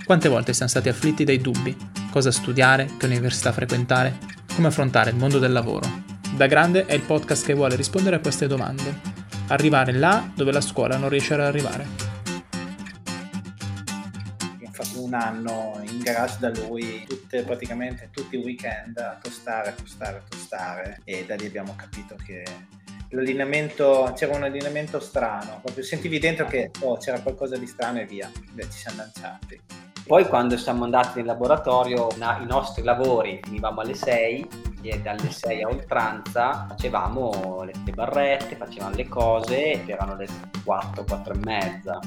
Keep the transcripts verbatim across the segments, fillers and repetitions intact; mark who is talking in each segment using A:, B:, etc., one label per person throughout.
A: Quante volte siamo stati afflitti dai dubbi? Cosa studiare? Che università frequentare? Come affrontare il mondo del lavoro? Da Grande è il podcast che vuole rispondere a queste domande. Arrivare là dove la scuola non riesce ad arrivare.
B: Abbiamo fatto un anno in garage da lui, tutte, praticamente tutti i weekend a tostare, a tostare, a tostare, e da lì abbiamo capito che l'allineamento, c'era un allineamento strano, proprio sentivi dentro che oh, c'era qualcosa di strano e via, ci siamo lanciati.
C: Poi quando siamo andati nel laboratorio, na, i nostri lavori finivamo alle sei e dalle sei a oltranza facevamo le, le barrette, facevamo le cose ed erano le quattro, quattro e mezza.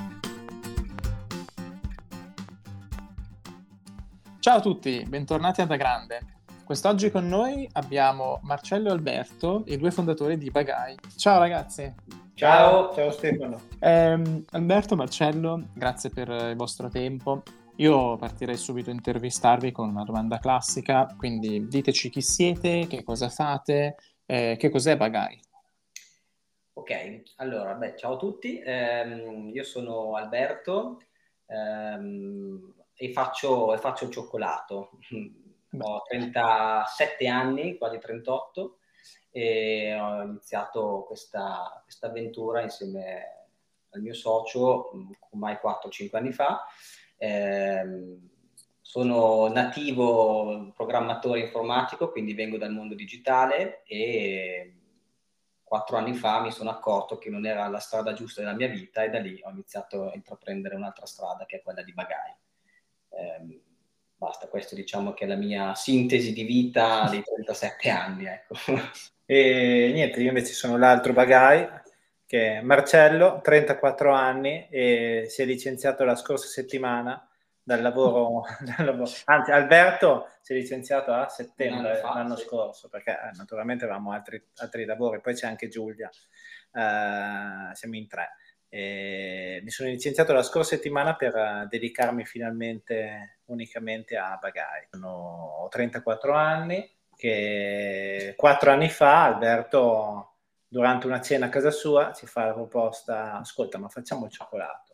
A: Ciao a tutti, bentornati a Da Grande. Quest'oggi con noi abbiamo Marcello e Alberto, i due fondatori di Bagai. Ciao ragazzi!
B: Ciao, ciao Stefano.
A: Eh, Alberto, Marcello, grazie per il vostro tempo. Io partirei subito a intervistarvi con una domanda classica, quindi diteci chi siete, che cosa fate, eh, che cos'è Bagai.
C: Ok, allora, beh, ciao a tutti, ehm, io sono Alberto ehm, e, faccio, e faccio il cioccolato. Ho trentasette anni, quasi trentotto, e ho iniziato questa, questa avventura insieme al mio socio ormai quattro cinque anni fa. Eh, sono nativo programmatore informatico, quindi vengo dal mondo digitale e quattro anni fa mi sono accorto che non era la strada giusta della mia vita e da lì ho iniziato a intraprendere un'altra strada che è quella di Bagai. Eh, basta, questo diciamo che è la mia sintesi di vita dei trentasette anni, ecco.
B: E niente, io invece sono l'altro Bagai, che è Marcello, trentaquattro anni, e si è licenziato la scorsa settimana dal lavoro, dal lavoro. Anzi, Alberto si è licenziato a settembre
C: fa,
B: l'anno
C: sì.
B: scorso, perché eh, naturalmente avevamo altri, altri lavori, poi c'è anche Giulia, eh, siamo in tre. E mi sono licenziato la scorsa settimana per uh, dedicarmi finalmente unicamente a Bagai. Sono, ho trentaquattro anni, che quattro anni fa Alberto, durante una cena a casa sua, ci fa la proposta: ascolta, ma facciamo il cioccolato.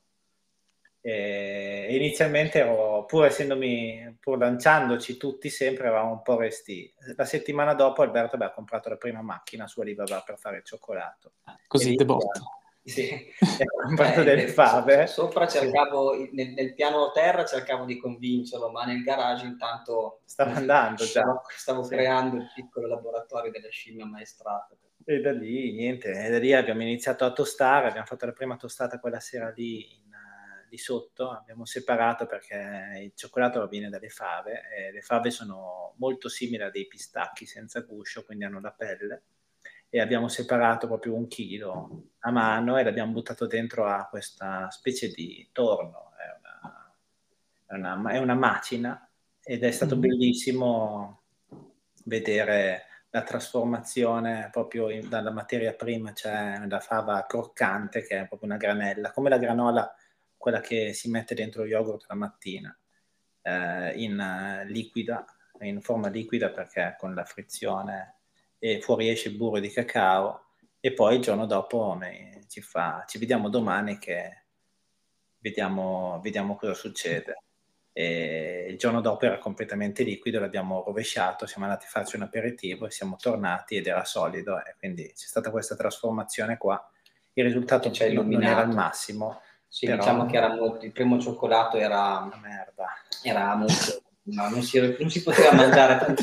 B: E inizialmente ero, pur essendomi, pur lanciandoci tutti sempre, eravamo un po' resti. La settimana dopo Alberto aveva comprato la prima macchina su Alibaba per fare il cioccolato.
A: Così,
B: lì,
A: de botto.
B: sì, ho comprato
C: Eh,
B: delle fave.
C: Sopra cercavo, nel, nel piano terra cercavo di convincerlo, ma nel garage intanto
B: stava andando già.
C: Stavo, stavo
B: Sì.
C: creando il piccolo laboratorio delle scimmie ammaestrate.
B: E da lì, niente, e da lì abbiamo iniziato a tostare, abbiamo fatto la prima tostata quella sera lì in, uh, lì sotto, abbiamo separato perché il cioccolato viene dalle fave, e le fave sono molto simili a dei pistacchi senza guscio, quindi hanno la pelle, e abbiamo separato proprio un chilo a mano e l'abbiamo buttato dentro a questa specie di torno, è una, è una, è una macina, ed è stato mm-hmm. bellissimo vedere la trasformazione proprio in, dalla materia prima, c'è la fava croccante che è proprio una granella, come la granola, quella che si mette dentro lo yogurt la mattina, eh, in uh, liquida, in forma liquida, perché con la frizione e fuoriesce il burro di cacao, e poi il giorno dopo me, ci fa, ci vediamo domani che vediamo, vediamo cosa succede. E il giorno dopo era completamente liquido, l'abbiamo rovesciato, siamo andati a farci un aperitivo e siamo tornati ed era solido, e quindi c'è stata questa trasformazione qua. Il risultato non, non era il massimo.
C: Sì,
B: però...
C: diciamo che era molto, il primo cioccolato era
B: una merda,
C: era molto, no, non, si, non si poteva mangiare tanto.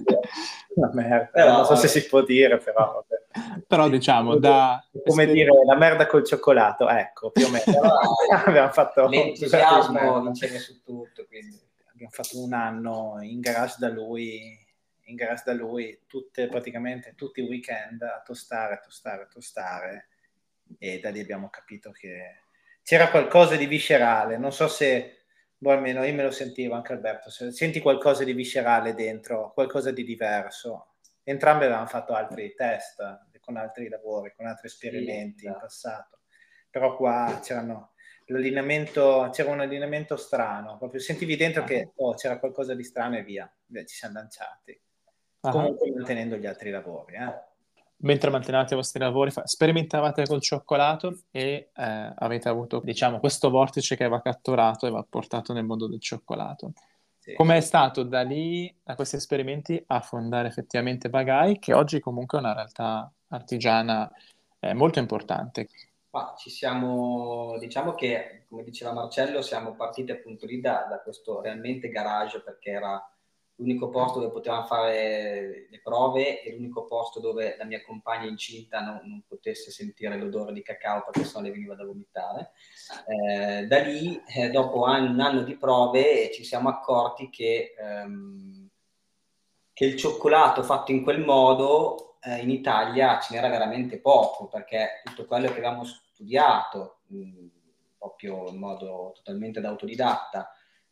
B: Una merda, però, non so se si può dire, però vabbè.
A: Però diciamo da
B: come esper- dire la merda col cioccolato, ecco, più o meno. Abbiamo fatto
C: l'entusiasmo vinceva su tutto, quindi
B: abbiamo fatto un anno in garage da lui in garage da lui tutte, praticamente tutti i weekend a tostare, a tostare, a tostare, e da lì abbiamo capito che c'era qualcosa di viscerale. Non so se, boh, almeno io me lo sentivo, anche Alberto, se senti qualcosa di viscerale dentro, qualcosa di diverso. Entrambi avevamo fatto altri test con altri lavori, con altri esperimenti, sì, in passato, però qua c'erano l'allineamento, c'era un allineamento strano, proprio sentivi dentro uh-huh. che oh, c'era qualcosa di strano e via, ci siamo lanciati, uh-huh. comunque mantenendo gli altri lavori. Eh.
A: mentre mantenevate i vostri lavori, fa- sperimentavate col cioccolato e eh, avete avuto, diciamo, questo vortice che va catturato e va portato nel mondo del cioccolato.
B: Sì.
A: Com'è stato da lì, da questi esperimenti, a fondare effettivamente Bagai, che oggi comunque è una realtà artigiana eh, molto importante?
C: Ma ci siamo, diciamo che, come diceva Marcello, siamo partiti appunto lì da, da questo realmente garage, perché era l'unico posto dove potevamo fare le prove e l'unico posto dove la mia compagna incinta non, non potesse sentire l'odore di cacao, perché sennò le veniva da vomitare. Eh, da lì, eh, dopo un anno di prove, ci siamo accorti che, ehm, che il cioccolato fatto in quel modo eh, in Italia ce n'era veramente poco, perché tutto quello che avevamo studiato mh, proprio in modo totalmente da autodidatta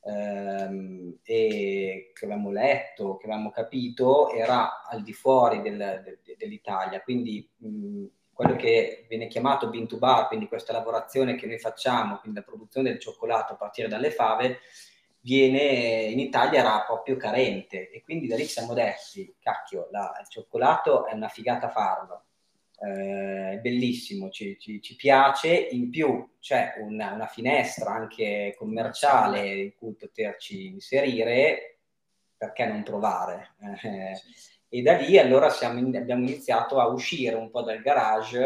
C: ehm, e che avevamo letto, che avevamo capito, era al di fuori del, de, dell'Italia. Quindi mh, quello che viene chiamato bean to bar, quindi questa lavorazione che noi facciamo, quindi la produzione del cioccolato a partire dalle fave, viene in Italia era proprio carente, e quindi da lì ci siamo detti, cacchio, la, il cioccolato è una figata farlo, eh, è bellissimo, ci, ci, ci piace, in più c'è una, una finestra anche commerciale in cui poterci inserire, perché non provare? Eh, e da lì allora siamo in, abbiamo iniziato a uscire un po' dal garage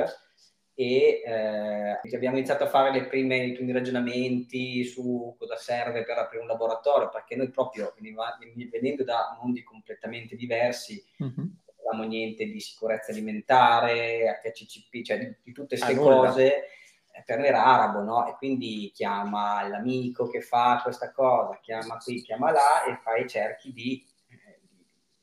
C: e eh, abbiamo iniziato a fare le prime, i primi ragionamenti su cosa serve per aprire un laboratorio, perché noi proprio veniva, venendo da mondi completamente diversi,
A: Mhm.
C: non avevamo niente di sicurezza alimentare, H C C P, cioè di, di tutte queste
B: Ah,
C: cose, eh, per noi era arabo, no? E quindi chiama l'amico che fa questa cosa, chiama qui, chiama là e fai cerchi di, eh, di,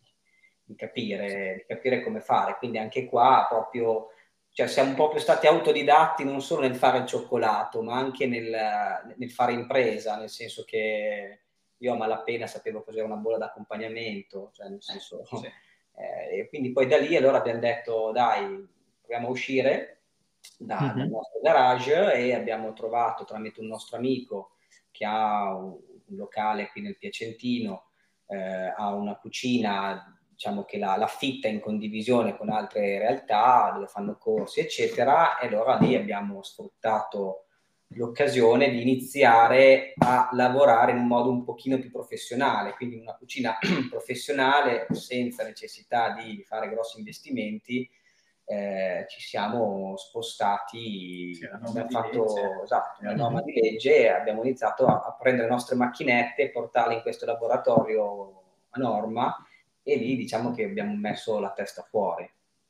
C: di capire, di capire come fare. Quindi anche qua proprio, cioè siamo proprio stati autodidatti non solo nel fare il cioccolato, ma anche nel, nel fare impresa, nel senso che io a malapena sapevo cos'era una bolla d'accompagnamento, cioè nel senso, sì. eh, e quindi poi da lì allora abbiamo detto dai, proviamo a uscire da,
A: Mhm.
C: dal nostro garage, e abbiamo trovato tramite un nostro amico che ha un, un locale qui nel Piacentino, eh, ha una cucina, diciamo che la, l'affitta in condivisione con altre realtà dove fanno corsi eccetera, e allora lì abbiamo sfruttato l'occasione di iniziare a lavorare in un modo un pochino più professionale, quindi una cucina professionale senza necessità di fare grossi investimenti. Eh, ci siamo spostati,
B: sì,
C: abbiamo fatto esatto, una
A: Mhm.
C: norma di legge e abbiamo iniziato a, a prendere le nostre macchinette e portarle in questo laboratorio a norma, e lì diciamo che abbiamo messo la testa fuori.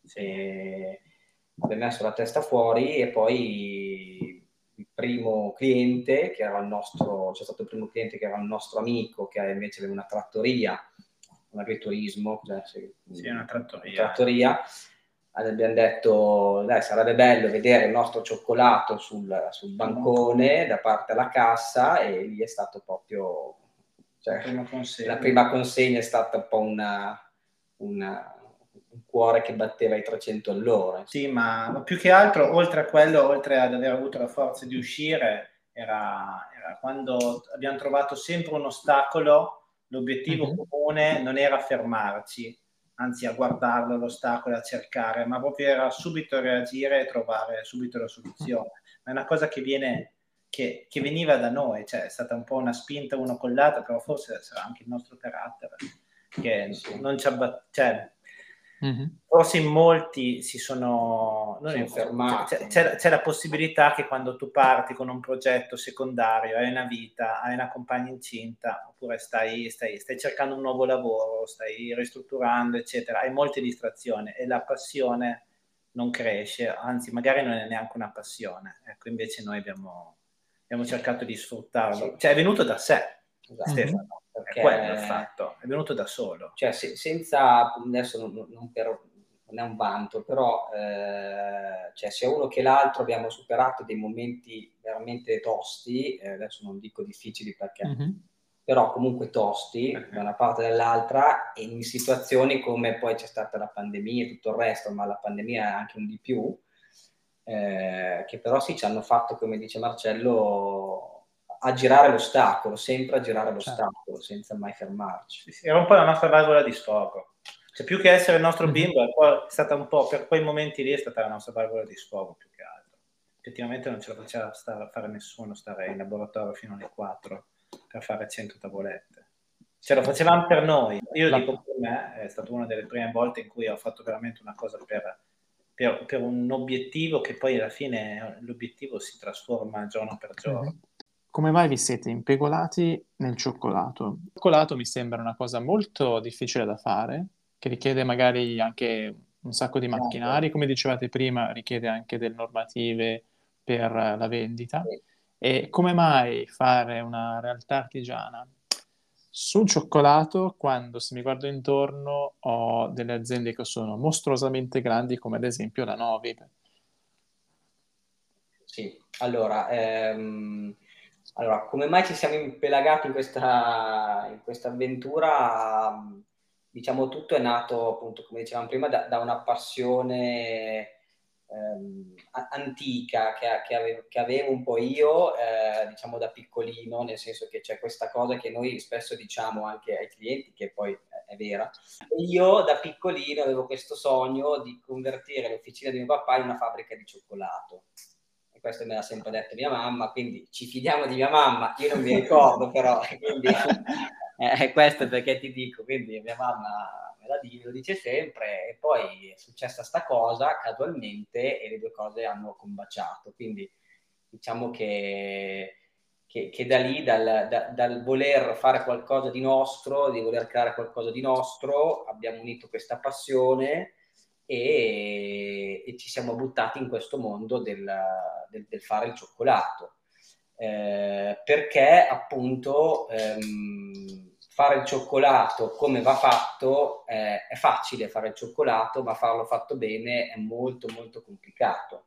C: E abbiamo messo la testa fuori e poi il primo cliente che era il nostro, c'è stato il primo cliente che era il nostro amico, che invece aveva una trattoria, un agriturismo, cioè, sì,
B: sì, una trattoria.
C: Una trattoria. Abbiamo detto dai, sarebbe bello vedere il nostro cioccolato sul, sul bancone da parte alla cassa, e lì è stato proprio, cioè, la, prima la prima consegna è stata un po' una, una, un cuore che batteva ai trecento all'ora.
B: Sì, ma, ma più che altro, oltre a quello, oltre ad aver avuto la forza di uscire, era, era quando abbiamo trovato sempre un ostacolo, l'obiettivo
A: Mhm.
B: comune non era fermarci, anzi a guardarlo l'ostacolo, a cercare, ma proprio era subito reagire e trovare subito la soluzione. Ma è una cosa che viene, che, che veniva da noi, cioè è stata un po' una spinta uno con l'altro, però forse sarà anche il nostro carattere, che
C: Sì.
B: non ci abbatte, cioè,
A: Mhm.
B: forse in molti si sono, non
C: sono
B: in,
C: fermati.
B: c'è, c'è, c'è la possibilità che quando tu parti con un progetto secondario, hai una vita, hai una compagna incinta, oppure stai, stai, stai cercando un nuovo lavoro, stai ristrutturando, eccetera, hai molte distrazioni e la passione non cresce, anzi magari non è neanche una passione. Ecco, invece noi abbiamo, abbiamo cercato di sfruttarlo.
C: Sì.
B: Cioè è venuto da sé,
C: Esatto.
B: Stefano,
C: Perché,
B: è quello il fatto, è venuto da solo.
C: Cioè, se, senza, adesso non, non, per, non è un vanto, però eh, cioè, sia uno che l'altro abbiamo superato dei momenti veramente tosti, eh, adesso non dico difficili perché,
A: Mhm.
C: però comunque tosti da una parte e dall'altra, e in situazioni come poi c'è stata la pandemia e tutto il resto, ma la pandemia è anche un di più, eh, che però sì, ci hanno fatto, come dice Marcello, a girare l'ostacolo, sempre a girare l'ostacolo, senza mai fermarci.
B: Sì, sì, era un po' la nostra valvola di sfogo. Cioè, più che essere il nostro
A: Mhm.
B: bimbo, è poi- è stata un po', per quei momenti lì è stata la nostra valvola di sfogo più che altro. Effettivamente non ce la faceva stare, fare nessuno, stare in laboratorio fino alle quattro per fare cento tavolette. Ce lo facevamo per noi. Io
A: La-
B: dico per me, è stata una delle prime volte in cui ho fatto veramente una cosa per, per- per un obiettivo che poi alla fine l'obiettivo si trasforma giorno per giorno.
A: Mhm. Come mai vi siete impegolati nel cioccolato? Il cioccolato mi sembra una cosa molto difficile da fare, che richiede magari anche un sacco di macchinari, come dicevate prima, richiede anche delle normative per la vendita.
C: Sì.
A: E come mai fare una realtà artigiana sul cioccolato quando, se mi guardo intorno, ho delle aziende che sono mostruosamente grandi, come ad esempio la Novi?
C: Sì, allora, ehm, allora, come mai ci siamo impelagati in questa, in questa avventura? Diciamo, tutto è nato, appunto, come dicevamo prima, da, da una passione ehm, a- antica che, che avevo, che avevo un po' io, eh, diciamo, da piccolino, nel senso che c'è questa cosa che noi spesso diciamo anche ai clienti, che poi è, è vera. Io da piccolino avevo questo sogno di convertire l'officina di mio papà in una fabbrica di cioccolato. E questo me l'ha sempre detto mia mamma, quindi ci fidiamo di mia mamma, io non mi ricordo però, quindi eh, questo è perché ti dico, quindi mia mamma me la dice, lo dice sempre, e poi è successa sta cosa casualmente e le due cose hanno combaciato, quindi diciamo che, che, che da lì, dal, da, dal voler fare qualcosa di nostro, di voler creare qualcosa di nostro, abbiamo unito questa passione e, e ci siamo buttati in questo mondo del, del, del fare il cioccolato. Eh, perché appunto ehm, fare il cioccolato come va fatto eh, è facile fare il cioccolato, ma farlo fatto bene è molto molto complicato.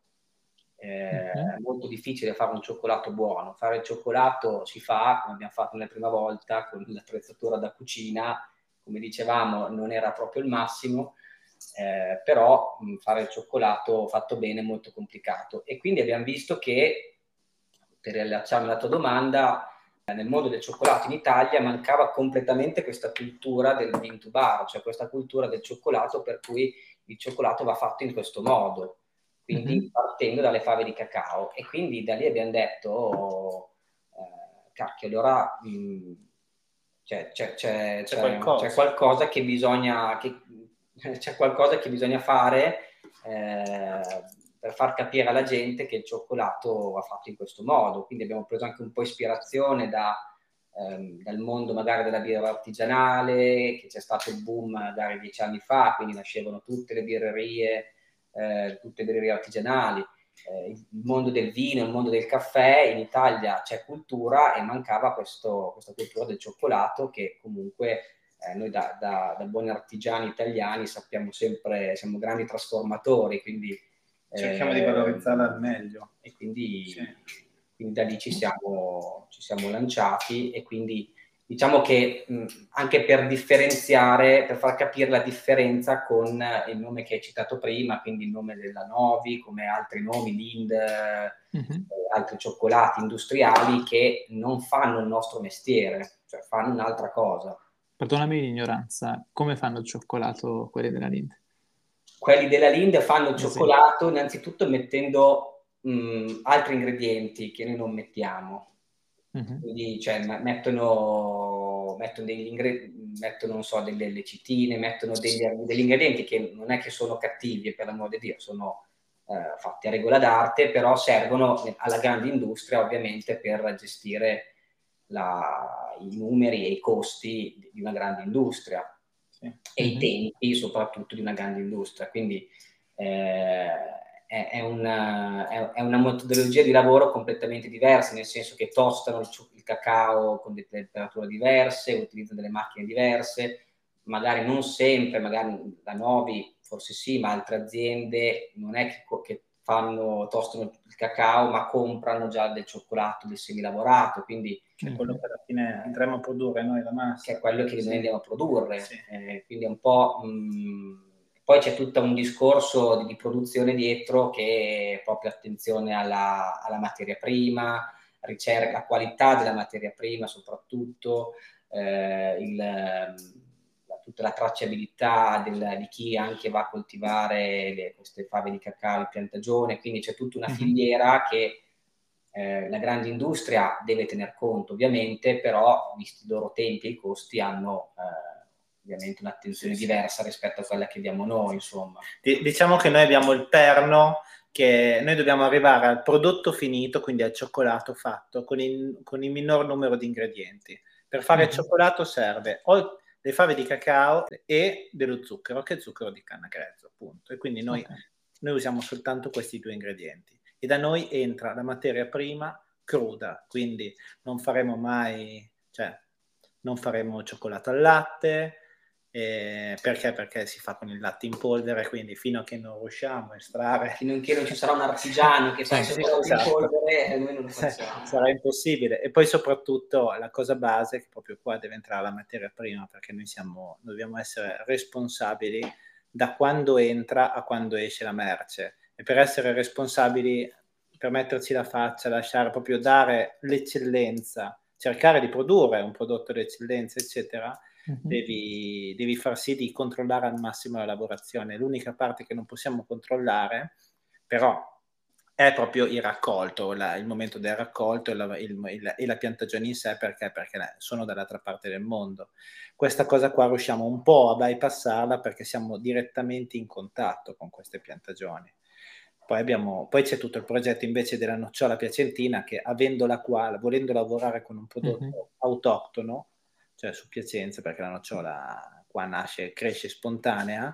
C: Eh,
A: Mhm.
C: è molto difficile fare un cioccolato buono. Fare il cioccolato si fa, come abbiamo fatto nella prima volta, con l'attrezzatura da cucina, come dicevamo, non era proprio il massimo, eh, però mh, fare il cioccolato fatto bene è molto complicato. E quindi abbiamo visto che, per riallacciarmi alla tua domanda, nel mondo del cioccolato in Italia mancava completamente questa cultura del bean to bar, cioè questa cultura del cioccolato per cui il cioccolato va fatto in questo modo, quindi
A: Mhm.
C: partendo dalle fave di cacao. E quindi da lì abbiamo detto, oh, eh, cacchio, allora mh, c'è, c'è, c'è,
B: C'è
C: c'è,
B: qualcosa.
C: c'è qualcosa che bisogna, che, c'è qualcosa che bisogna fare eh, per far capire alla gente che il cioccolato va fatto in questo modo. Quindi abbiamo preso anche un po' ispirazione da, ehm, dal mondo magari della birra artigianale, che c'è stato il boom magari dieci anni fa, quindi nascevano tutte le birrerie, eh, tutte le birrerie artigianali. Eh, il mondo del vino, il mondo del caffè, in Italia c'è cultura e mancava questo, questa cultura del cioccolato che comunque eh, noi da, da, da buoni artigiani italiani sappiamo sempre, siamo grandi trasformatori, quindi
B: Cerchiamo di
C: eh,
B: valorizzarla al meglio.
C: e quindi,
B: Sì.
C: quindi da lì ci siamo, ci siamo lanciati e quindi diciamo che mh, anche per differenziare, per far capire la differenza con il nome che hai citato prima, quindi il nome della Novi, come altri nomi, Lind, eh,
A: Mhm.
C: altri cioccolati industriali che non fanno il nostro mestiere, cioè fanno un'altra cosa.
A: Perdonami l'ignoranza, come fanno il cioccolato quelli della Lind?
C: Quelli della Lind fanno il
A: Eh sì.
C: cioccolato innanzitutto mettendo mh, altri ingredienti che noi non mettiamo.
A: Mhm.
C: Quindi cioè, mettono, mettono, degli ingre- mettono non so, delle lecitine, mettono degli, degli ingredienti che non è che sono cattivi, per l'amor di Dio, sono eh, fatti a regola d'arte, però servono alla grande industria ovviamente per gestire la, i numeri e i costi di una grande industria
B: Sì.
C: e i
A: Mhm.
C: tempi soprattutto di una grande industria. Quindi eh, è, è, una, è, è una metodologia di lavoro completamente diversa, nel senso che tostano il, il cacao con delle temperature diverse, utilizzano delle macchine diverse, magari non sempre, magari da Novi forse sì, ma altre aziende non è che, che fanno, tostano il cacao, ma comprano già del cioccolato, del semilavorato, quindi
B: Che è quello che alla fine andremo a produrre noi la massa.
C: che è quello che
B: sì.
C: noi andiamo a produrre.
B: Sì.
C: Eh, quindi è un po'... Mh, poi c'è tutto un discorso di, di produzione dietro che è proprio attenzione alla, alla materia prima, ricerca, la qualità della materia prima soprattutto, eh, il, tutta la tracciabilità del, di chi anche va a coltivare le, queste fave di cacao in piantagione, quindi c'è tutta una filiera che eh, la grande industria deve tener conto ovviamente, però visti i loro tempi e i costi hanno eh, ovviamente un'attenzione sì, diversa rispetto a quella che abbiamo noi, insomma.
B: D- diciamo che noi abbiamo il perno, che noi dobbiamo arrivare al prodotto finito, quindi al cioccolato fatto, con il, con il minor numero di ingredienti. Per fare mm-hmm. il cioccolato serve o le fave di cacao e dello zucchero, che è zucchero di canna grezzo, appunto. E quindi noi, okay. noi usiamo soltanto questi due ingredienti. E da noi entra la materia prima cruda, quindi non faremo mai, cioè, non faremo cioccolato al latte, eh, perché? Perché si fa con il latte in polvere, quindi fino a che non riusciamo a estrarre...
C: Fino a che non ci sarà un artigiano che fa il cioccolato esatto. in polvere, noi non lo facciamo.
B: Sarà impossibile. E poi soprattutto la cosa base, che proprio qua deve entrare la materia prima, perché noi siamo, dobbiamo essere responsabili da quando entra a quando esce la merce. E per essere responsabili, per metterci la faccia, lasciare proprio dare l'eccellenza, cercare di produrre un prodotto d'eccellenza, eccetera, uh-huh. devi, devi far sì di controllare al massimo la lavorazione. L'unica parte che non possiamo controllare, però, è proprio il raccolto, la, il momento del raccolto e la, il, il, e la piantagione in sé, perché? Perché sono dall'altra parte del mondo. Questa cosa qua riusciamo un po' a bypassarla perché siamo direttamente in contatto con queste piantagioni. Poi, abbiamo, poi c'è tutto il progetto invece della nocciola piacentina che, avendola qua, volendo lavorare con un prodotto mm-hmm. autoctono, cioè su Piacenza, perché la nocciola qua nasce, cresce spontanea,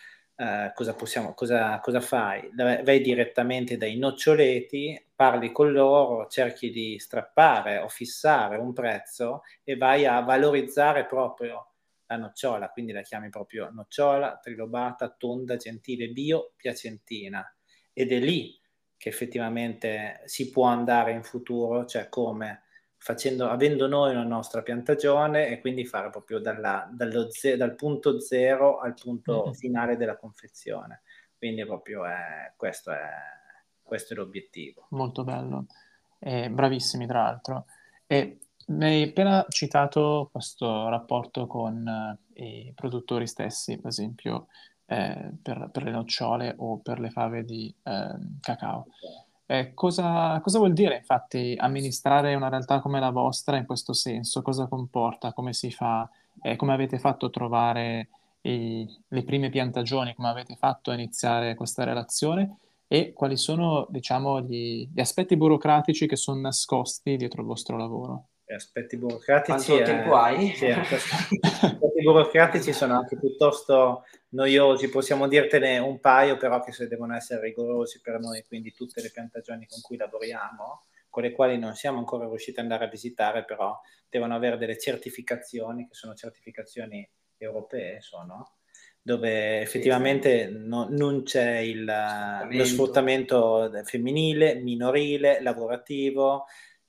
B: eh, cosa, possiamo, cosa, cosa fai? Vai direttamente dai noccioleti, parli con loro, cerchi di strappare o fissare un prezzo e vai a valorizzare proprio la nocciola, quindi la chiami proprio nocciola, trilobata, tonda, gentile, bio, piacentina. Ed è lì che effettivamente si può andare in futuro, cioè come facendo, avendo noi una nostra piantagione e quindi fare proprio dalla, dallo ze- dal punto zero al punto mm-hmm. finale della confezione. Quindi proprio è, questo, è, questo è l'obiettivo.
A: Molto bello, e bravissimi tra l'altro. E mi hai appena citato questo rapporto con eh, i produttori stessi, per esempio eh, per, per le nocciole o per le fave di eh, cacao. Eh, cosa, cosa vuol dire infatti amministrare una realtà come la vostra in questo senso? Cosa comporta? Come si fa? Eh, come avete fatto a trovare i, le prime piantagioni? Come avete fatto a iniziare questa relazione? E quali sono, diciamo, gli, gli aspetti burocratici che sono nascosti dietro il vostro lavoro?
B: Aspetti burocratici.
C: Quanto tempo
B: eh,
C: hai?
B: Sì, aspetti burocratici sono anche piuttosto noiosi, possiamo dirtene un paio, però che se devono essere rigorosi per noi, quindi tutte le piantagioni con cui lavoriamo, con le quali non siamo ancora riusciti ad andare a visitare, però devono avere delle certificazioni, che sono certificazioni europee, sono, dove effettivamente sì, no, non c'è il, lo sfruttamento femminile, minorile, lavorativo,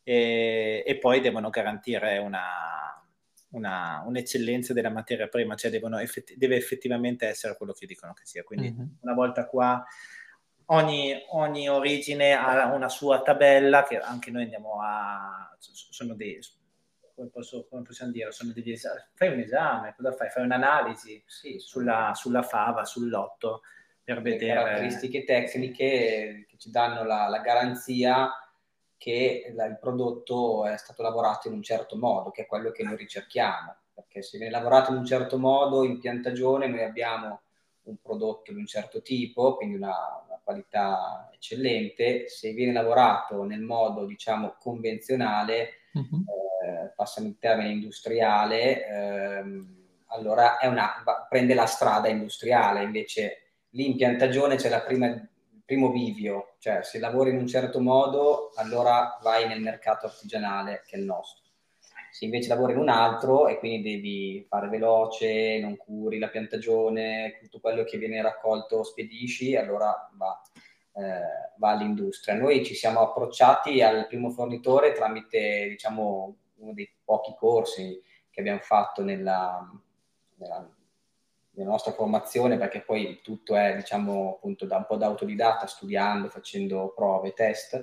B: e, e poi devono garantire una, una, un'eccellenza della materia prima, cioè devono effetti, deve effettivamente essere quello che dicono che sia. Quindi mm-hmm. una volta qua ogni, ogni origine ha una sua tabella che anche noi andiamo a... sono dei... Come, posso, come possiamo dire, sono degli esami. Fai un esame, cosa fai? Fai un'analisi sì, sulla, sulla fava, sul lotto, per
C: le
B: vedere...
C: caratteristiche tecniche che ci danno la, la garanzia che la, il prodotto è stato lavorato in un certo modo, che è quello che noi ricerchiamo, perché se viene lavorato in un certo modo in piantagione noi abbiamo un prodotto di un certo tipo, quindi una, una qualità eccellente. Se viene lavorato nel modo, diciamo, convenzionale, uh-huh. eh, passami il termine industriale, ehm, allora è una, prende la strada industriale. Invece lì in piantagione c'è la prima, il primo bivio, cioè se lavori in un certo modo allora vai nel mercato artigianale che è il nostro. Se invece lavori in un altro e quindi devi fare veloce, non curi la piantagione, tutto quello che viene raccolto spedisci, allora va, eh, va all'industria. Noi ci siamo approcciati al primo fornitore tramite, diciamo, uno dei pochi corsi che abbiamo fatto nella, nella, nella nostra formazione, perché poi tutto è, diciamo, appunto da un po' da autodidatta, studiando, facendo prove, test.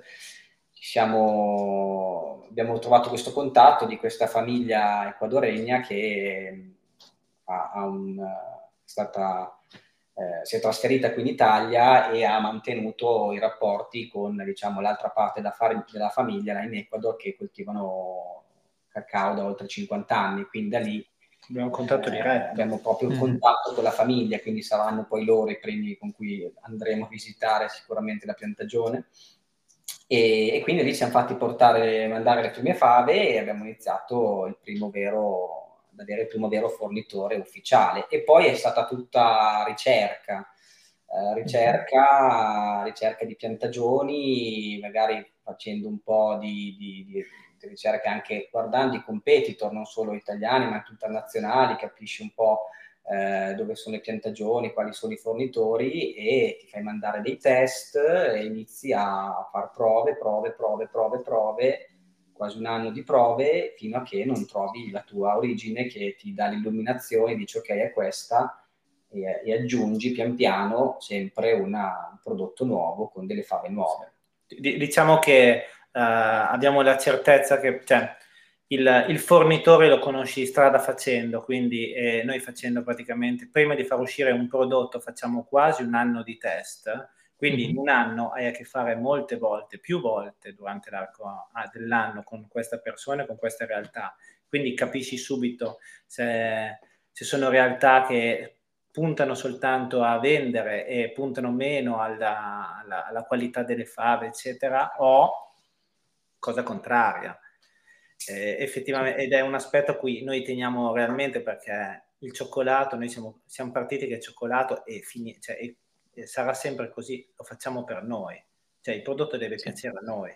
C: Siamo, abbiamo trovato questo contatto di questa famiglia ecuadoregna che ha, ha un, è stata, eh, si è trasferita qui in Italia e ha mantenuto i rapporti con, diciamo, l'altra parte da fare, della famiglia là in Ecuador, che coltivano cacao da oltre cinquanta anni, quindi da lì
B: abbiamo un contatto
C: eh,
B: diretto.
C: Abbiamo proprio il
A: Mhm.
C: contatto con la famiglia, quindi saranno poi loro i primi con cui andremo a visitare sicuramente la piantagione. E, e quindi lì ci siamo fatti portare, mandare le prime fave e abbiamo iniziato il primo vero, ad avere il primo vero fornitore ufficiale. E poi è stata tutta ricerca, eh, ricerca, ricerca di piantagioni, magari facendo un po' di, di, di, di ricerca anche guardando i competitor, non solo italiani ma anche internazionali, capisci un po' Eh, dove sono le piantagioni, quali sono i fornitori, e ti fai mandare dei test e inizi a fare prove, prove, prove, prove, prove, quasi un anno di prove, fino a che non trovi la tua origine che ti dà l'illuminazione, dici ok, è questa, e, e aggiungi pian piano sempre una, un prodotto nuovo con delle fave nuove.
B: D- diciamo che uh, abbiamo la certezza che, cioè, il, il fornitore lo conosci strada facendo, quindi eh, noi facendo praticamente, prima di far uscire un prodotto facciamo quasi un anno di test, quindi in un anno hai a che fare molte volte, più volte durante l'arco ah, dell'anno con questa persona, con questa realtà, quindi capisci subito se, se sono realtà che puntano soltanto a vendere e puntano meno alla, alla, alla qualità delle fave, eccetera, o cosa contraria. Eh, effettivamente, ed è un aspetto a cui noi teniamo realmente, perché il cioccolato, noi siamo, siamo partiti che il cioccolato è fini, cioè, è, è, sarà sempre così, lo facciamo per noi, cioè il prodotto deve sì. piacere a noi.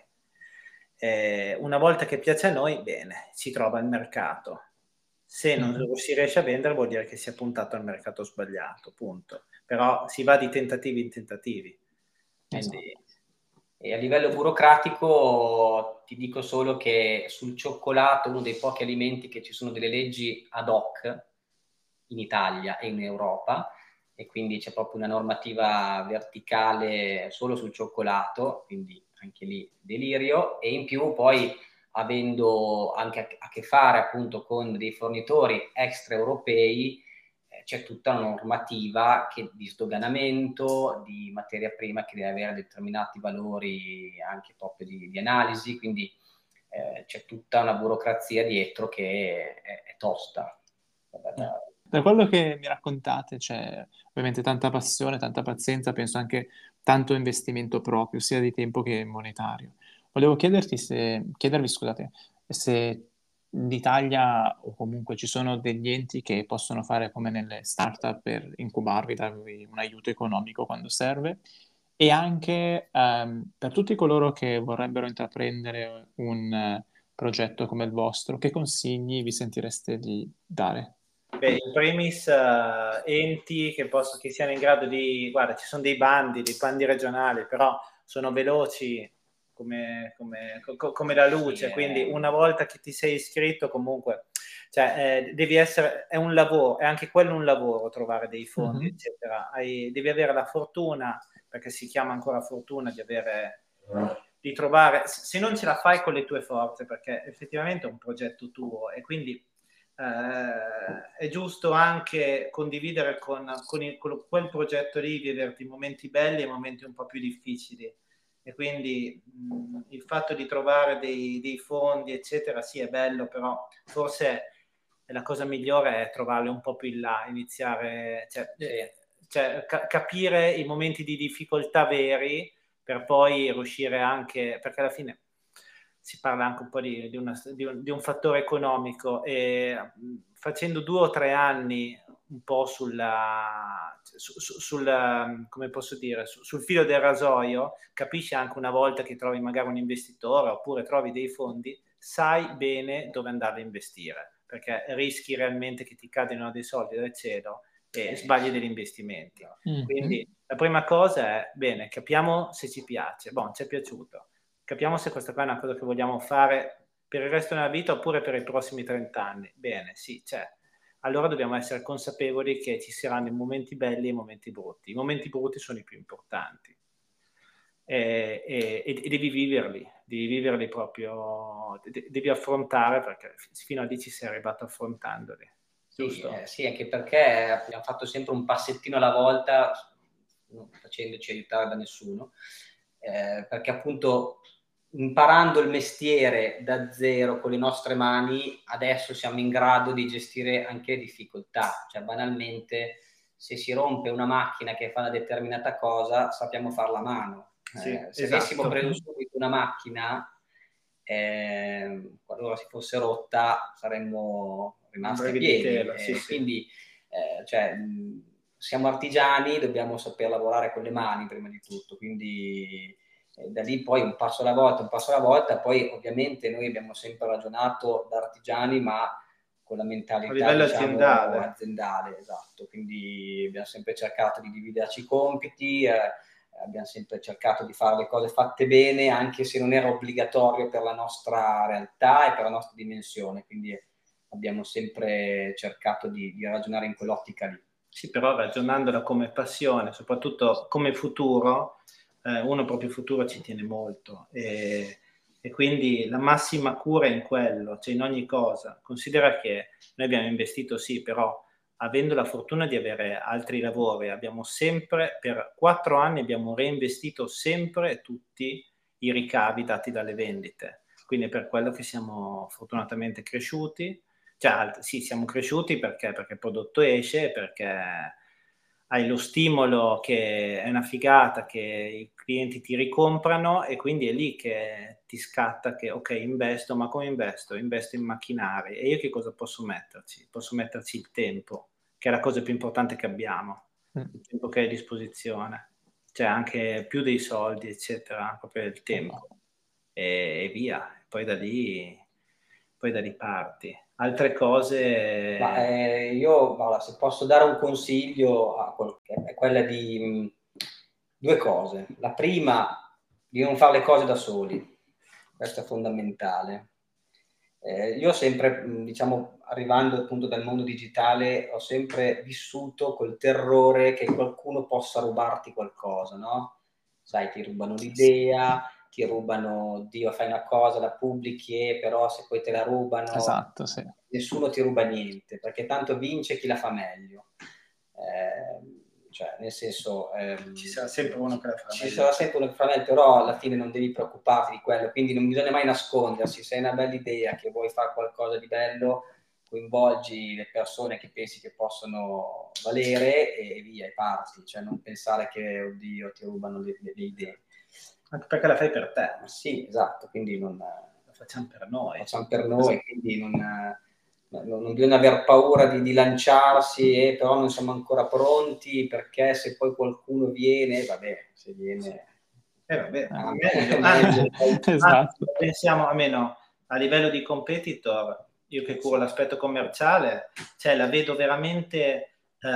B: Eh, una volta che piace a noi, bene, si trova al mercato. Se non mm-hmm. si riesce a vendere vuol dire che si è puntato al mercato sbagliato, punto. Però si va di tentativi in tentativi. Quindi...
C: Esatto. E a livello burocratico ti dico solo che sul cioccolato, uno dei pochi alimenti che ci sono delle leggi ad hoc in Italia e in Europa, e quindi c'è proprio una normativa verticale solo sul cioccolato, quindi anche lì delirio, e in più poi avendo anche a che fare appunto con dei fornitori extraeuropei, c'è tutta una normativa che, di sdoganamento di materia prima che deve avere determinati valori anche proprio di, di analisi, quindi eh, c'è tutta una burocrazia dietro che è, è tosta.
A: Da quello che mi raccontate c'è ovviamente tanta passione, tanta pazienza, penso anche tanto investimento proprio, sia di tempo che monetario. Volevo chiederti se, chiedervi, scusate, se l'Italia o comunque ci sono degli enti che possono fare come nelle startup per incubarvi, darvi un aiuto economico quando serve, e anche ehm, per tutti coloro che vorrebbero intraprendere un eh, progetto come il vostro, che consigli vi sentireste di dare?
B: Beh, in primis uh, enti che, posso, che siano in grado di, guarda, ci sono dei bandi, dei bandi regionali, però sono veloci come, come, co, come la luce, sì, quindi eh. una volta che ti sei iscritto comunque, cioè, eh, devi essere, è un lavoro, è anche quello un lavoro, trovare dei fondi, uh-huh. eccetera. Hai, devi avere la fortuna, perché si chiama ancora fortuna, di avere... di trovare, se non ce la fai con le tue forze, perché effettivamente è un progetto tuo e quindi Uh, è giusto anche condividere con, con, il, con quel progetto lì, viverti momenti belli e momenti un po' più difficili, e quindi mh, il fatto di trovare dei, dei fondi eccetera sì è bello, però forse la cosa migliore è trovarli un po' più in là, iniziare, cioè, eh, cioè ca- capire i momenti di difficoltà veri per poi riuscire anche, perché alla fine si parla anche un po' di, di, una, di, un, di un fattore economico, e facendo due o tre anni un po' sulla, su, su, sul, come posso dire, su, sul filo del rasoio, capisci anche una volta che trovi magari un investitore oppure trovi dei fondi, sai bene dove andare a investire, perché rischi realmente che ti cadano dei soldi dal cielo e sbagli degli investimenti. Mm-hmm. Quindi la prima cosa è, bene, capiamo se ci piace, bon, ci è piaciuto, capiamo se questa qua è una cosa che vogliamo fare per il resto della vita oppure per i prossimi trenta anni. Bene, sì, c'è. Allora dobbiamo essere consapevoli che ci saranno i momenti belli e i momenti brutti. I momenti brutti sono i più importanti. E, e, e devi viverli, devi viverli proprio, devi affrontare, perché fino a lì ci sei arrivato affrontandoli. giusto?
C: Sì, eh, sì, anche perché abbiamo fatto sempre un passettino alla volta, non facendoci aiutare da nessuno, eh, perché appunto imparando il mestiere da zero con le nostre mani, adesso siamo in grado di gestire anche le difficoltà. Cioè, banalmente, se si rompe una macchina che fa una determinata cosa, sappiamo farla a mano.
B: Sì,
C: Eh, se
B: esatto.
C: avessimo preso subito una macchina, eh, qualora si fosse rotta, saremmo rimasti a piedi.
B: Tela,
C: Eh,
B: sì, sì.
C: quindi, eh, cioè, mh, siamo artigiani, dobbiamo saper lavorare con le mani prima di tutto. Quindi eh, da lì poi un passo alla volta, un passo alla volta. Poi ovviamente noi abbiamo sempre ragionato da artigiani, ma con la mentalità,
B: a livello
C: diciamo,
B: aziendale.
C: aziendale, esatto. Quindi abbiamo sempre cercato di dividerci i compiti, eh, abbiamo sempre cercato di fare le cose fatte bene, anche se non era obbligatorio per la nostra realtà e per la nostra dimensione. Quindi abbiamo sempre cercato di, di ragionare in quell'ottica lì.
B: Sì, però ragionandola come passione, soprattutto come futuro, eh, uno proprio futuro ci tiene molto e, e quindi la massima cura è in quello, cioè in ogni cosa. Considera che noi abbiamo investito, sì, però avendo la fortuna di avere altri lavori, abbiamo sempre, per quattro anni abbiamo reinvestito sempre tutti i ricavi dati dalle vendite. Quindi è per quello che siamo fortunatamente cresciuti. Cioè, sì, siamo cresciuti perché, perché il prodotto esce, perché hai lo stimolo che è una figata, che i clienti ti ricomprano e quindi è lì che ti scatta che ok, investo, ma come investo? Investo in macchinari e io che cosa posso metterci? Posso metterci il tempo, che è la cosa più importante che abbiamo, il tempo che hai a disposizione, cioè anche più dei soldi, eccetera, proprio il tempo e, e via, poi da lì poi da lì parti. Altre cose...
C: Ma, eh, io, allora, se posso dare un consiglio, a quel- è quella di mh, due cose. La prima, di non fare le cose da soli. Questo è fondamentale. Eh, io ho sempre, mh, diciamo, arrivando appunto dal mondo digitale, ho sempre vissuto col terrore che qualcuno possa rubarti qualcosa, no? Sai, ti rubano l'idea, ti rubano, Dio, fai una cosa, la pubblichi, e però se poi te la rubano,
A: Esatto, sì.
C: nessuno ti ruba niente, perché tanto vince chi la fa meglio. Eh, cioè, nel senso... ehm,
B: ci sarà sempre uno che la fa
C: ci
B: meglio.
C: sarà sempre uno che fa meglio, però alla fine non devi preoccuparti di quello, quindi non bisogna mai nascondersi. Se hai una bella idea, che vuoi fare qualcosa di bello, coinvolgi le persone che pensi che possono valere e via, e parti. Cioè non pensare che, oddio, ti rubano le, le, le idee.
B: Anche perché la fai per te.
C: Sì, esatto, quindi non...
B: La facciamo per noi.
C: La facciamo per noi, quindi non... non, non bisogna aver paura di, di lanciarsi, e però non siamo ancora pronti, perché se poi qualcuno viene, vabbè, se viene...
B: Eh vabbè,
C: Ah,
B: meglio.
C: meglio.
B: Anzi,
A: Esatto.
B: pensiamo, almeno a livello di competitor, io che curo l'aspetto commerciale, cioè la vedo veramente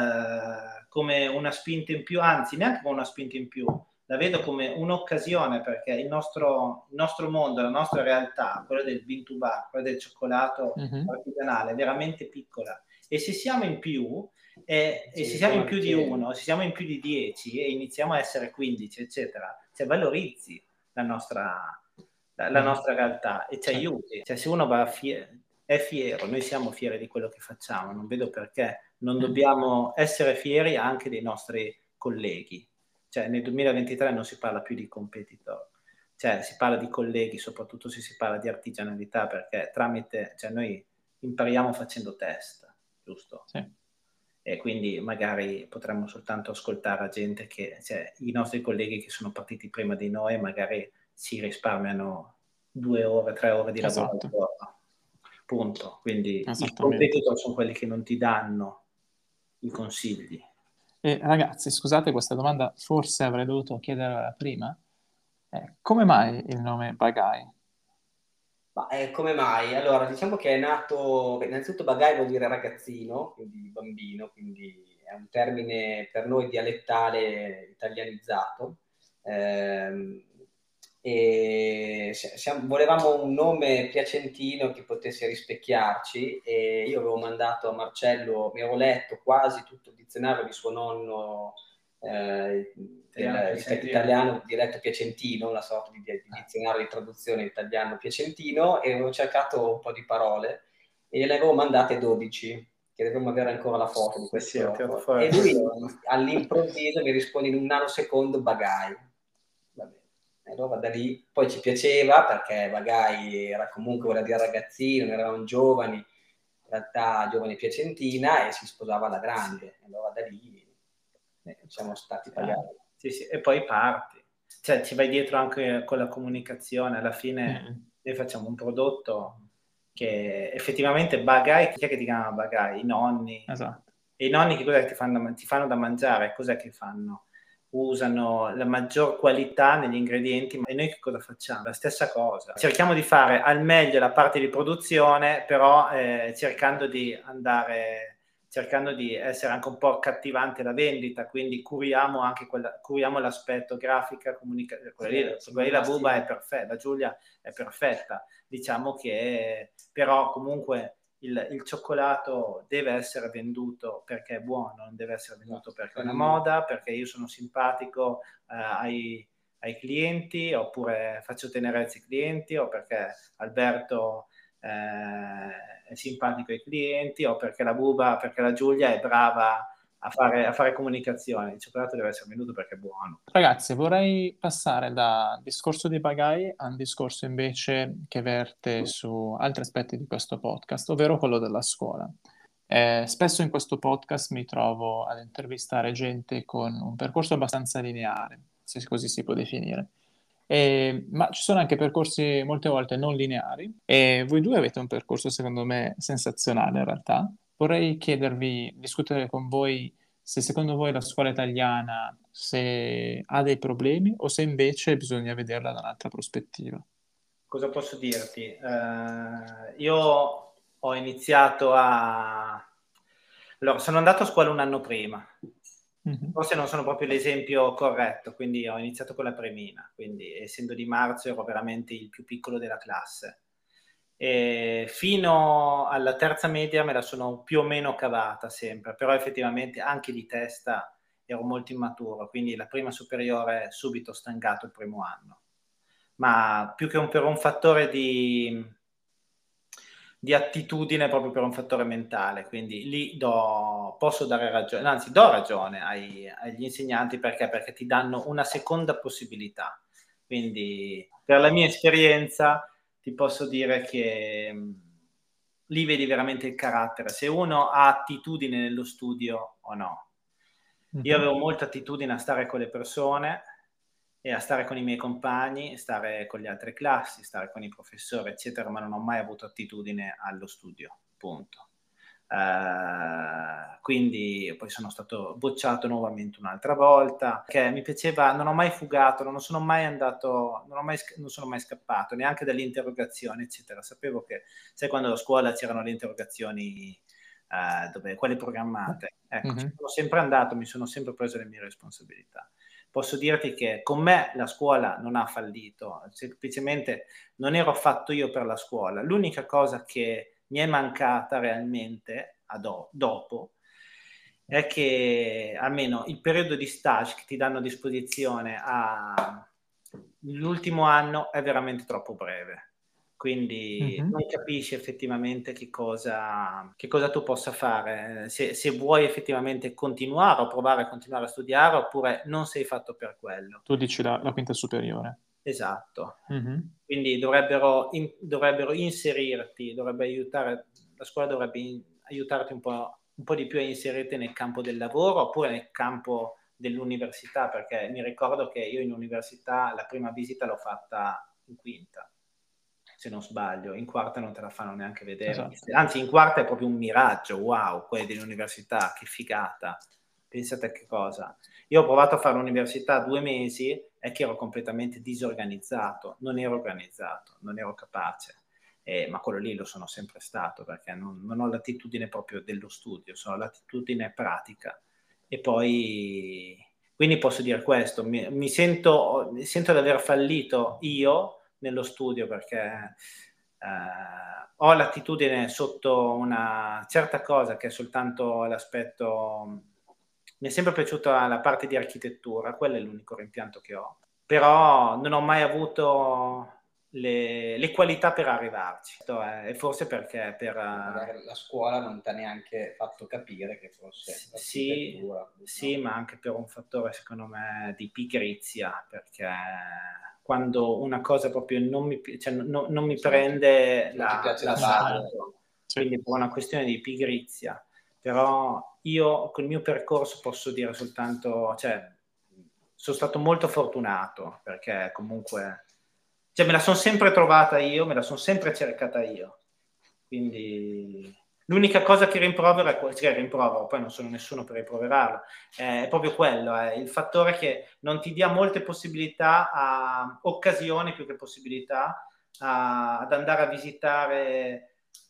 B: eh, come una spinta in più, anzi neanche come una spinta in più, la vedo come un'occasione, perché il nostro, il nostro mondo, la nostra realtà, quello del bean to bar, quello del cioccolato
A: Mhm.
B: artigianale, è veramente piccola. E se siamo in più, e, e
C: Sì,
B: se siamo in
C: come
B: più di
C: chiedi.
B: uno, se siamo in più di dieci e iniziamo a essere quindici, eccetera, cioè valorizzi la nostra, la, la nostra realtà e ci aiuti. Cioè, se uno va fie- è fiero, noi siamo fieri di quello che facciamo, non vedo perché non dobbiamo essere fieri anche dei nostri colleghi. Cioè, nel duemilaventitré non si parla più di competitor, cioè si parla di colleghi, soprattutto se si parla di artigianalità, perché tramite, cioè noi impariamo facendo test, giusto?
A: Sì.
B: E quindi magari potremmo soltanto ascoltare gente che, cioè, i nostri colleghi che sono partiti prima di noi magari si risparmiano due ore, tre ore di lavoro
A: Esatto.
B: al giorno. Punto. Quindi i
A: Esattamente.
B: competitor sono quelli che non ti danno i consigli.
A: E ragazzi, scusate questa domanda, forse avrei dovuto chiederla prima. Eh, come mai il nome Bagai?
C: Ma eh, come mai? Allora, diciamo che è nato, beh, innanzitutto Bagai vuol dire ragazzino, quindi bambino, quindi è un termine per noi dialettale italianizzato. Ehm, e siamo, volevamo un nome piacentino che potesse rispecchiarci, e io avevo mandato a Marcello, mi avevo letto quasi tutto il dizionario di suo nonno, eh, del, italiano dialetto piacentino, una sorta di, di dizionario di traduzione italiano piacentino, e avevo cercato un po' di parole e le avevo mandate dodici, che dovremmo avere ancora la foto di questo.
B: Sì, sì,
C: e lui all'improvviso mi risponde in un nanosecondo Bagai. Va bene. E allora da lì poi ci piaceva, perché Bagai era comunque quella di ragazzino, noi eravamo giovani, in realtà giovani Piacentina, e si sposava alla grande. E allora da lì eh, siamo stati pagati.
B: Sì, sì, e poi parti. Cioè ci vai dietro anche con la comunicazione, alla fine mm. noi facciamo un prodotto che effettivamente Bagai, chi è che ti chiama Bagai? I nonni.
A: Esatto.
B: E i nonni che cosa ti fanno, ti fanno da mangiare? Cos'è che fanno? Usano la maggior qualità negli ingredienti, e noi che cosa facciamo? La stessa cosa. Cerchiamo di fare al meglio la parte di produzione, però eh, cercando di andare... cercando di essere anche un po' accattivante la vendita, quindi curiamo anche quella, curiamo l'aspetto grafica, comunicazione. Quella, sì, quella lì la Buba è perfetta, la Giulia è perfetta. Diciamo che però comunque il, il cioccolato deve essere venduto perché è buono, non deve essere venduto perché è una moda, perché io sono simpatico eh, ai, ai clienti, oppure faccio tenerezza ai clienti, o perché Alberto Eh, è simpatico ai clienti, o perché la Buba, perché la Giulia è brava a fare, a fare comunicazione. Il cioccolato deve essere venduto perché è buono.
A: Ragazzi, vorrei passare dal discorso dei Bagai a un discorso invece che verte su altri aspetti di questo podcast, ovvero quello della scuola. Eh, spesso in questo podcast mi trovo ad intervistare gente con un percorso abbastanza lineare, se così si può definire. Eh, ma ci sono anche percorsi molte volte non lineari, e voi due avete un percorso secondo me sensazionale in realtà. Vorrei chiedervi, discutere con voi se secondo voi la scuola italiana se ha dei problemi o se invece bisogna vederla da un'altra prospettiva.
B: Cosa posso dirti? Uh, io ho iniziato a... Allora, sono andato a scuola un anno prima. Mm-hmm. Forse non sono proprio l'esempio corretto, quindi ho iniziato con la premina, quindi essendo di marzo ero veramente il più piccolo della classe. E fino alla terza media me la sono più o meno cavata sempre, però effettivamente anche di testa ero molto immaturo, quindi la prima superiore subito stancato il primo anno. Ma più che un, per un fattore di, di attitudine, proprio per un fattore mentale, quindi lì do, posso dare ragione, anzi do ragione ai, agli insegnanti, perché? Perché ti danno una seconda possibilità. Quindi per la mia esperienza ti posso dire che mh, lì vedi veramente il carattere, se uno ha attitudine nello studio o no. Mm-hmm. Io avevo molta attitudine a stare con le persone e a stare con i miei compagni, stare con le altre classi, stare con i professori, eccetera, ma non ho mai avuto attitudine allo studio, punto. Uh, quindi poi sono stato bocciato nuovamente un'altra volta, che mi piaceva, non ho mai fugato, non sono mai andato, non, ho mai, non sono mai scappato, neanche dalle interrogazioni, eccetera. Sapevo che, sai, quando a scuola c'erano le interrogazioni, uh, dove, quelle programmate, ecco, mm-hmm. sono sempre andato, mi sono sempre preso le mie responsabilità. Posso dirti che con me la scuola non ha fallito, semplicemente non ero fatto io per la scuola. L'unica cosa che mi è mancata realmente ad o- dopo è che almeno il periodo di stage che ti danno a disposizione a... l'ultimo anno è veramente troppo breve. Quindi mm-hmm. non capisci effettivamente che cosa, che cosa tu possa fare, se, se vuoi effettivamente continuare o provare a continuare a studiare, oppure non sei fatto per quello.
A: Tu dici la, la quinta superiore.
B: Esatto. Mm-hmm. Quindi dovrebbero, in, dovrebbero inserirti, dovrebbe aiutare, la scuola dovrebbe in, aiutarti un po', un po' di più a inserirti nel campo del lavoro, oppure nel campo dell'università, perché mi ricordo che io in università la prima visita l'ho fatta in quinta, se non sbaglio, in quarta non te la fanno neanche vedere. Esatto. Anzi, in quarta è proprio un miraggio, wow, quelli dell'università, che figata. Pensate a che cosa. Io ho provato a fare l'università due mesi e che ero completamente disorganizzato, non ero organizzato, non ero capace. Eh, ma quello lì lo sono sempre stato, perché non, non ho l'attitudine proprio dello studio, sono l'attitudine pratica. E poi, quindi posso dire questo, mi, mi sento, mi sento di aver fallito io nello studio, perché eh, ho l'attitudine sotto una certa cosa che è soltanto l'aspetto, mi è sempre piaciuta la parte di architettura, quello è l'unico rimpianto che ho, però non ho mai avuto le, le qualità per arrivarci. E forse perché per...
C: Magari la scuola non ti ha neanche fatto capire che fosse
B: sì, sì, ma anche per un fattore secondo me di pigrizia, perché quando una cosa proprio non mi, cioè, no, non mi prende
C: non
B: la,
C: ti piace
B: la
C: la
B: salto,
A: sì.
B: Quindi per una questione di pigrizia. Però io col mio percorso posso dire soltanto, cioè, sono stato molto fortunato, perché comunque, cioè, me la sono sempre trovata io, me la sono sempre cercata io. Quindi l'unica cosa che rimprovero è, cioè rimprovero, poi non sono nessuno per rimproverarlo, è proprio quello, è il fattore che non ti dia molte possibilità, a, occasioni più che possibilità, a, ad andare a visitare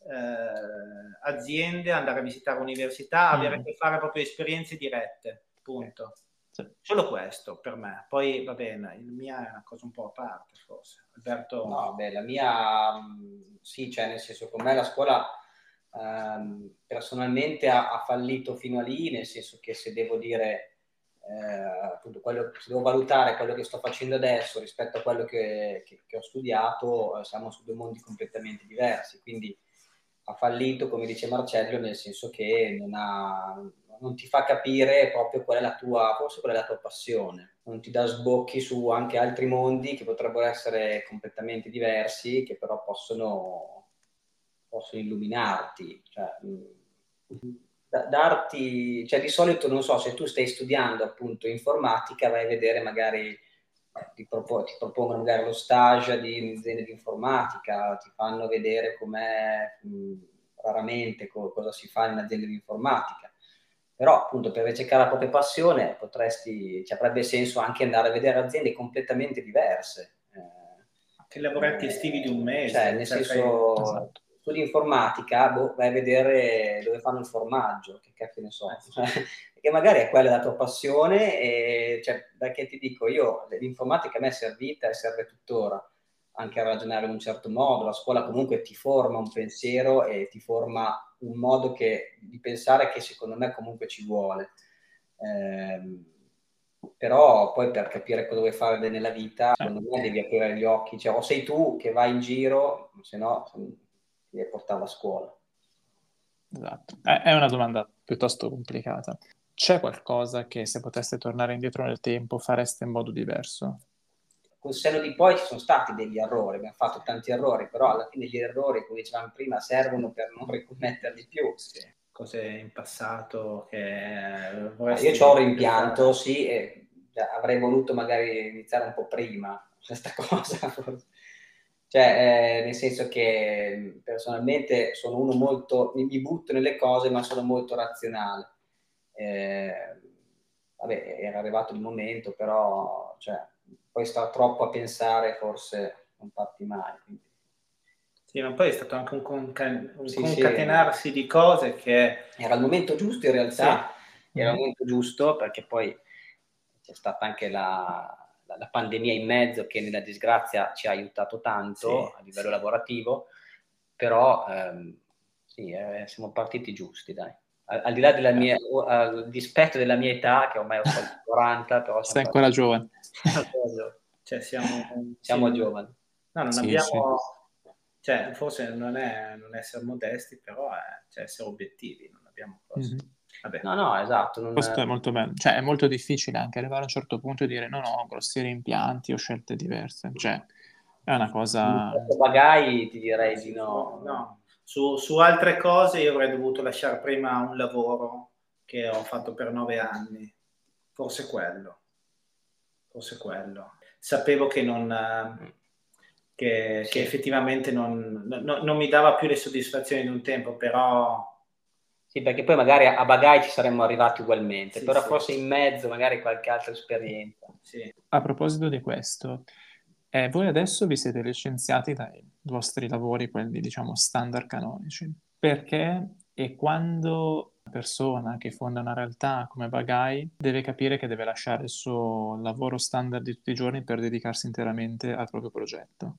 B: eh, aziende, andare a visitare università, mm. avere a che fare proprio esperienze dirette, punto. Sì. Solo questo per me. Poi va bene, la mia è una cosa un po' a parte, forse. Alberto...
C: No, beh, la mia sì, cioè nel senso, con me la scuola ehm, personalmente ha, ha fallito fino a lì, nel senso che se devo dire eh, appunto quello, se devo valutare quello che sto facendo adesso rispetto a quello che, che, che ho studiato, eh, siamo su due mondi completamente diversi, quindi ha fallito, come dice Marcello, nel senso che non, ha, non ti fa capire proprio qual è la tua, forse qual è la tua passione, non ti dà sbocchi su anche altri mondi che potrebbero essere completamente diversi, che però possono, possono illuminarti, cioè, da, darti, cioè di solito non so, se tu stai studiando appunto informatica, vai a vedere magari Ti, propo- ti propongono magari lo stage di un'azienda di informatica, ti fanno vedere com'è mh, raramente co- cosa si fa in un'azienda di informatica, però appunto per ricercare la propria passione potresti, ci avrebbe senso anche andare a vedere aziende completamente diverse. Eh,
B: che lavoretti estivi di un mese.
C: Cioè, nel
B: cioè,
C: senso,
B: fai... esatto.
C: Studi informatica, boh, vai a vedere dove fanno il formaggio, che cacchio ne so. Che magari è quella la tua passione e cioè, perché ti dico io, l'informatica a me è servita e serve tuttora anche a ragionare in un certo modo, la scuola comunque ti forma un pensiero e ti forma un modo che, di pensare che secondo me comunque ci vuole, eh, però poi per capire cosa vuoi fare nella vita secondo me devi aprire gli occhi, cioè o sei tu che vai in giro, se no ti devi portare alla scuola.
A: Esatto, è una domanda piuttosto complicata. C'è qualcosa che se poteste tornare indietro nel tempo fareste in modo diverso?
C: Col senno di poi ci sono stati degli errori, abbiamo fatto tanti errori, però alla fine gli errori, come dicevamo prima, servono per non ricommetterli più.
B: Sì. Cose in passato che
C: vorresti... Io ho un rimpianto, sì, e avrei voluto magari iniziare un po' prima questa cosa, forse. Cioè, eh, nel senso che personalmente sono uno molto, mi, mi butto nelle cose, ma sono molto razionale. Eh, vabbè, era arrivato il momento, però cioè, poi stare troppo a pensare forse non parti mai. Quindi.
B: Sì, ma poi è stato anche un, conca- un
C: sì,
B: concatenarsi
C: sì.
B: di cose che...
C: Era il momento giusto in realtà,
B: sì.
C: Era il momento giusto perché poi c'è stata anche la... la pandemia in mezzo che nella disgrazia ci ha aiutato tanto sì, a livello sì. lavorativo, però ehm, sì, eh, siamo partiti giusti, dai. Al, al di là della mia, al dispetto della mia età, che ormai ho quaranta, però
A: sei ancora giovane.
B: Cioè siamo,
C: siamo
B: sì,
C: giovani.
B: No, non
A: sì,
B: abbiamo... Sì. Cioè, forse non è non essere modesti, però è cioè, essere obiettivi, non abbiamo cose...
C: Mm-hmm. Vabbè. No, no, esatto. Non...
A: Questo è molto bello. Cioè, è molto difficile anche arrivare a un certo punto e dire no, no, grossi rimpianti o scelte diverse. Cioè, è una cosa...
C: Magari ti direi di no.
B: No, su, su altre cose io avrei dovuto lasciare prima un lavoro che ho fatto per nove anni. Forse quello. Forse quello. Sapevo che non... Che, sì. che effettivamente non, non, non mi dava più le soddisfazioni di un tempo, però...
C: Sì, perché poi magari a Bagai ci saremmo arrivati ugualmente,
B: sì,
C: però
B: sì.
C: forse in mezzo magari qualche altra esperienza.
B: Sì.
A: A proposito di questo, eh, voi adesso vi siete licenziati dai vostri lavori, quelli diciamo standard canonici, perché e quando una persona che fonda una realtà come Bagai deve capire che deve lasciare il suo lavoro standard di tutti i giorni per dedicarsi interamente al proprio progetto?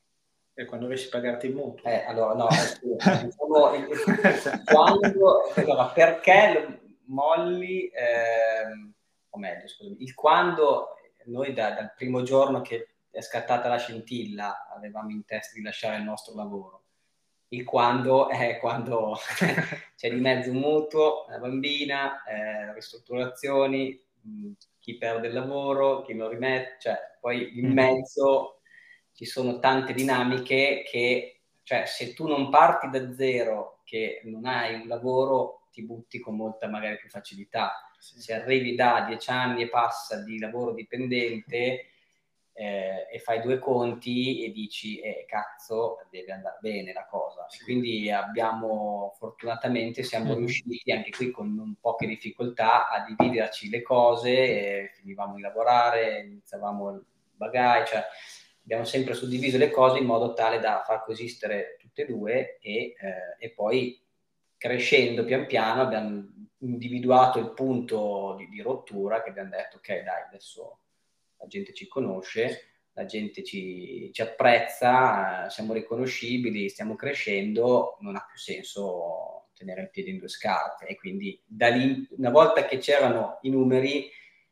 B: E quando riesci a pagarti il mutuo.
C: Eh, allora, no, eh, diciamo, il, quando, allora, perché lo molli, eh, o meglio, scusami, il quando noi da, dal primo giorno che è scattata la scintilla, avevamo in testa di lasciare il nostro lavoro. Il quando è quando c'è di mezzo un mutuo, una bambina, eh, ristrutturazioni, mh, chi perde il lavoro, chi lo rimette, cioè poi in mezzo ci sono tante dinamiche che, cioè se tu non parti da zero, che non hai un lavoro, ti butti con molta magari più facilità. Sì. Se arrivi da dieci anni e passa di lavoro dipendente eh, e fai due conti e dici eh, cazzo, deve andare bene la cosa. Sì. Quindi abbiamo, fortunatamente siamo mm-hmm. riusciti anche qui con un poche difficoltà a dividerci le cose, e finivamo di lavorare, iniziavamo il bagaglio, cioè abbiamo sempre suddiviso le cose in modo tale da far coesistere tutte e due e, eh, e poi crescendo pian piano abbiamo individuato il punto di, di rottura, che abbiamo detto ok dai, adesso la gente ci conosce, la gente ci, ci apprezza, siamo riconoscibili, stiamo crescendo, non ha più senso tenere il piede in due scarpe, e quindi da lì, una volta che c'erano i numeri,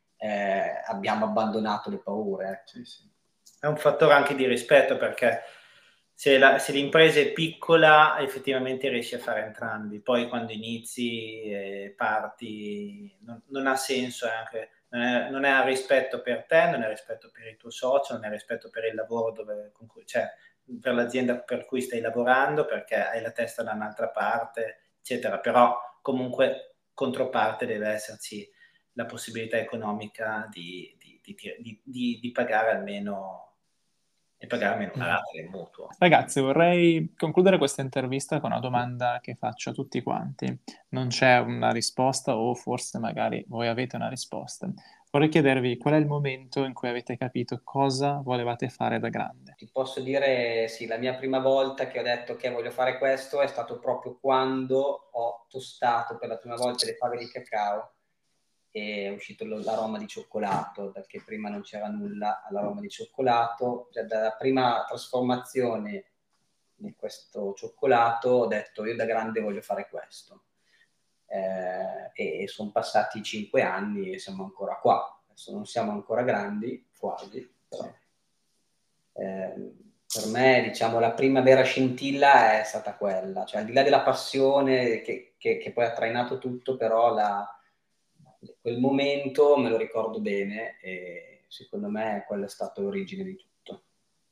C: eh, abbiamo abbandonato le paure.
B: Sì, sì. È un fattore anche di rispetto, perché se, la, se l'impresa è piccola effettivamente riesci a fare entrambi, poi quando inizi e parti non, non ha senso, è anche, non, è, non è rispetto per te, non è rispetto per il tuo socio, non è rispetto per il lavoro dove, con cui, cioè per l'azienda per cui stai lavorando, perché hai la testa da un'altra parte, eccetera. Però comunque controparte deve esserci la possibilità economica di, di, di, di, di, di pagare almeno e pagare almeno una rata del mutuo.
A: Ragazzi, vorrei concludere questa intervista con una domanda che faccio a tutti quanti. Non c'è una risposta, o forse magari voi avete una risposta. Vorrei chiedervi qual è il momento in cui avete capito cosa volevate fare da grande.
C: Ti posso dire, sì, la mia prima volta che ho detto che voglio fare questo è stato proprio quando ho tostato per la prima volta le fave di cacao e è uscito l'aroma di cioccolato, perché prima non c'era nulla all'aroma di cioccolato. Cioè, dalla prima trasformazione di questo cioccolato ho detto io da grande voglio fare questo, eh, e sono passati cinque anni e siamo ancora qua. Adesso non siamo ancora grandi, quasi, però eh, per me, diciamo, la prima vera scintilla è stata quella, cioè al di là della passione che, che, che poi ha trainato tutto, però la quel momento me lo ricordo bene e secondo me quella è stata l'origine di tutto.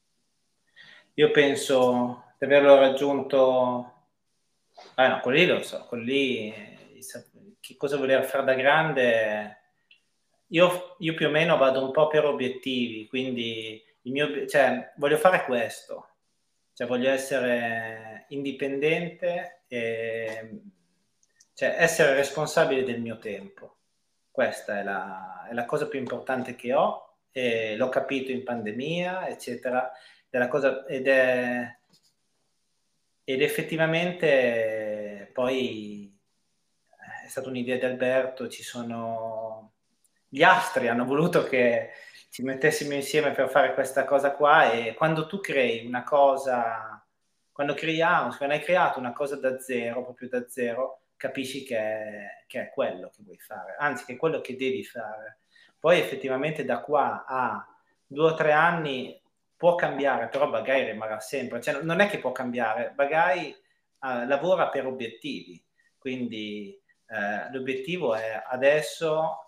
B: Io penso di averlo raggiunto, ah no, quelli lo so, quelli, che cosa voler fare da grande, io, io più o meno vado un po' per obiettivi, quindi il mio, cioè, voglio fare questo, cioè voglio essere indipendente e cioè essere responsabile del mio tempo. Questa è la, è la cosa più importante che ho, e l'ho capito in pandemia, eccetera, è la cosa, ed, è, ed effettivamente poi è stata un'idea di Alberto, ci sono gli astri hanno voluto che ci mettessimo insieme per fare questa cosa qua, e quando tu crei una cosa, quando creiamo, quando hai creato una cosa da zero, proprio da zero, capisci che è, che è quello che vuoi fare, anzi che è quello che devi fare. Poi effettivamente da qua a due o tre anni può cambiare, però Bagai rimarrà sempre, cioè non è che può cambiare, Bagai eh, lavora per obiettivi, quindi eh, l'obiettivo è adesso,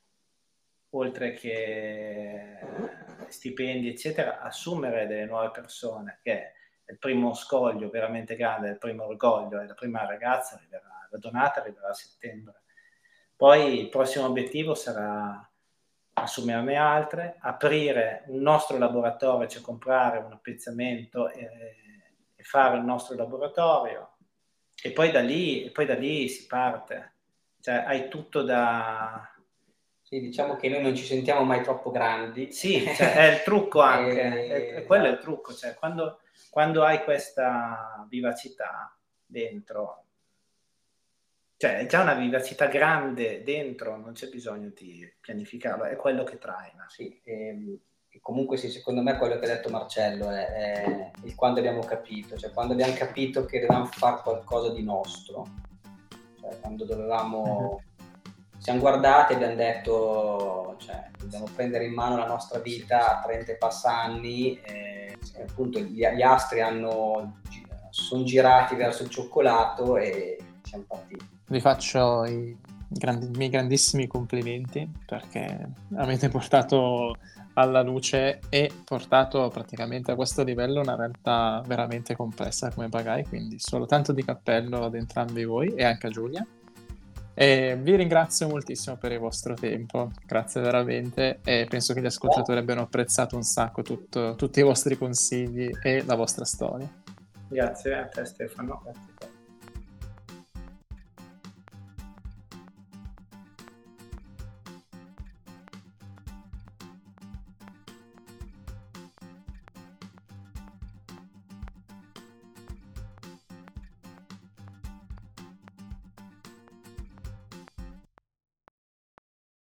B: oltre che stipendi eccetera, assumere delle nuove persone, che è il primo scoglio veramente grande, il primo orgoglio, e la prima ragazza arriverà, la Donata arriverà a settembre. Poi il prossimo obiettivo sarà assumerne altre, aprire un nostro laboratorio, cioè comprare un appezzamento e, e fare il nostro laboratorio, e poi da lì, e poi da lì si parte, cioè hai tutto da...
C: Sì, diciamo che noi non ci sentiamo mai troppo grandi.
B: Sì, cioè, è il trucco anche, e... è, è quello è il trucco, cioè quando, quando hai questa vivacità dentro, cioè è già una vivacità grande dentro, non c'è bisogno di pianificarlo, è quello che traina.
C: Sì, e, e comunque sì, secondo me quello che ha detto Marcello è, è il quando abbiamo capito, cioè quando abbiamo capito che dovevamo fare qualcosa di nostro, cioè quando dovevamo... Mm-hmm. siamo guardati e abbiamo detto, cioè, dobbiamo prendere in mano la nostra vita a trenta e passa anni, e appunto gli, gli astri hanno, sono girati verso il cioccolato e siamo partiti.
A: Vi faccio i, grandi, i miei grandissimi complimenti, perché avete portato alla luce e portato praticamente a questo livello una realtà veramente complessa come Bagai, quindi solo tanto di cappello ad entrambi voi e anche a Giulia. E vi ringrazio moltissimo per il vostro tempo, grazie veramente, e penso che gli ascoltatori abbiano apprezzato un sacco tutto, tutti i vostri consigli e la vostra storia.
B: Grazie a te Stefano. Grazie.